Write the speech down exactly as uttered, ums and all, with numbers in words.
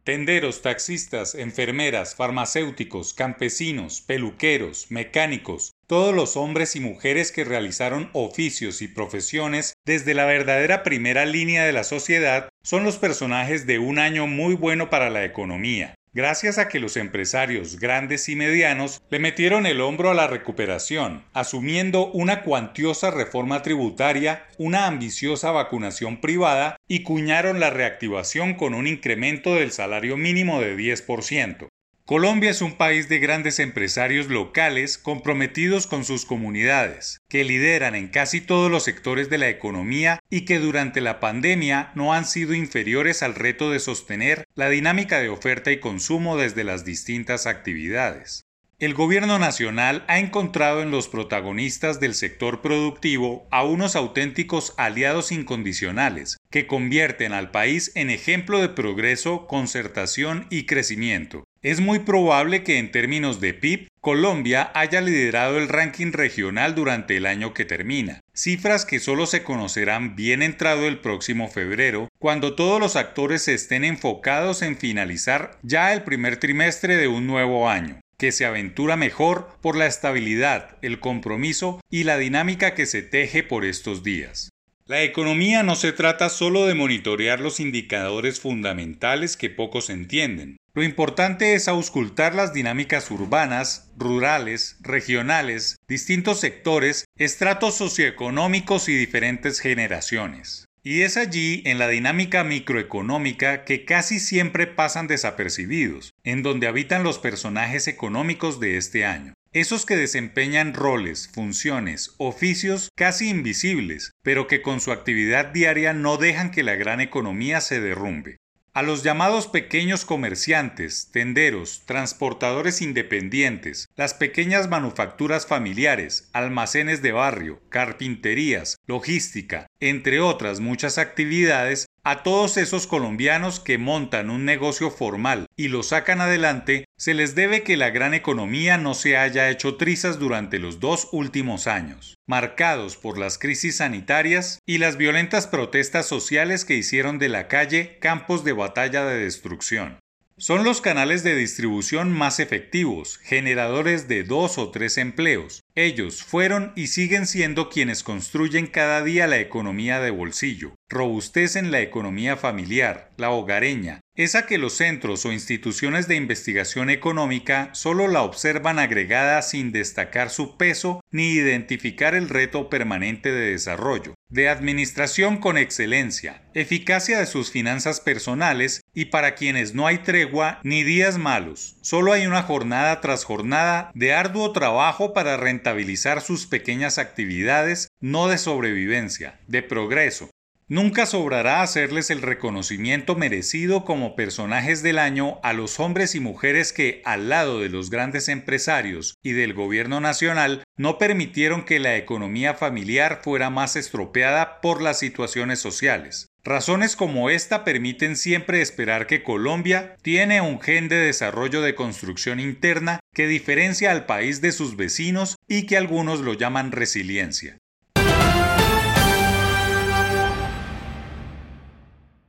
Tenderos, taxistas, enfermeras, farmacéuticos, campesinos, peluqueros, mecánicos, todos los hombres y mujeres que realizaron oficios y profesiones desde la verdadera primera línea de la sociedad son los personajes de un año muy bueno para la economía, gracias a que los empresarios grandes y medianos le metieron el hombro a la recuperación, asumiendo una cuantiosa reforma tributaria, una ambiciosa vacunación privada y cuñaron la reactivación con un incremento del salario mínimo de diez por ciento. Colombia es un país de grandes empresarios locales comprometidos con sus comunidades, que lideran en casi todos los sectores de la economía y que durante la pandemia no han sido inferiores al reto de sostener la dinámica de oferta y consumo desde las distintas actividades. El gobierno nacional ha encontrado en los protagonistas del sector productivo a unos auténticos aliados incondicionales que convierten al país en ejemplo de progreso, concertación y crecimiento. Es muy probable que en términos de P I B, Colombia haya liderado el ranking regional durante el año que termina, cifras que solo se conocerán bien entrado el próximo febrero, cuando todos los actores estén enfocados en finalizar ya el primer trimestre de un nuevo año, que se aventura mejor por la estabilidad, el compromiso y la dinámica que se teje por estos días. La economía no se trata solo de monitorear los indicadores fundamentales que pocos entienden. Lo importante es auscultar las dinámicas urbanas, rurales, regionales, distintos sectores, estratos socioeconómicos y diferentes generaciones. Y es allí, en la dinámica microeconómica, que casi siempre pasan desapercibidos, en donde habitan los personajes económicos de este año. Esos que desempeñan roles, funciones, oficios casi invisibles, pero que con su actividad diaria no dejan que la gran economía se derrumbe. A los llamados pequeños comerciantes, tenderos, transportadores independientes, las pequeñas manufacturas familiares, almacenes de barrio, carpinterías, logística, entre otras muchas actividades, a todos esos colombianos que montan un negocio formal y lo sacan adelante, se les debe que la gran economía no se haya hecho trizas durante los dos últimos años, marcados por las crisis sanitarias y las violentas protestas sociales que hicieron de la calle campos de batalla de destrucción. Son los canales de distribución más efectivos, generadores de dos o tres empleos. Ellos fueron y siguen siendo quienes construyen cada día la economía de bolsillo, robustecen la economía familiar, la hogareña, esa que los centros o instituciones de investigación económica solo la observan agregada sin destacar su peso ni identificar el reto permanente de desarrollo, de administración con excelencia, eficacia de sus finanzas personales y para quienes no hay tregua ni días malos, solo hay una jornada tras jornada de arduo trabajo para rentabilizar sus pequeñas actividades, no de sobrevivencia, de progreso. Nunca sobrará hacerles el reconocimiento merecido como personajes del año a los hombres y mujeres que, al lado de los grandes empresarios y del gobierno nacional, no permitieron que la economía familiar fuera más estropeada por las situaciones sociales. Razones como esta permiten siempre esperar que Colombia tiene un gen de desarrollo de construcción interna que diferencia al país de sus vecinos y que algunos lo llaman resiliencia.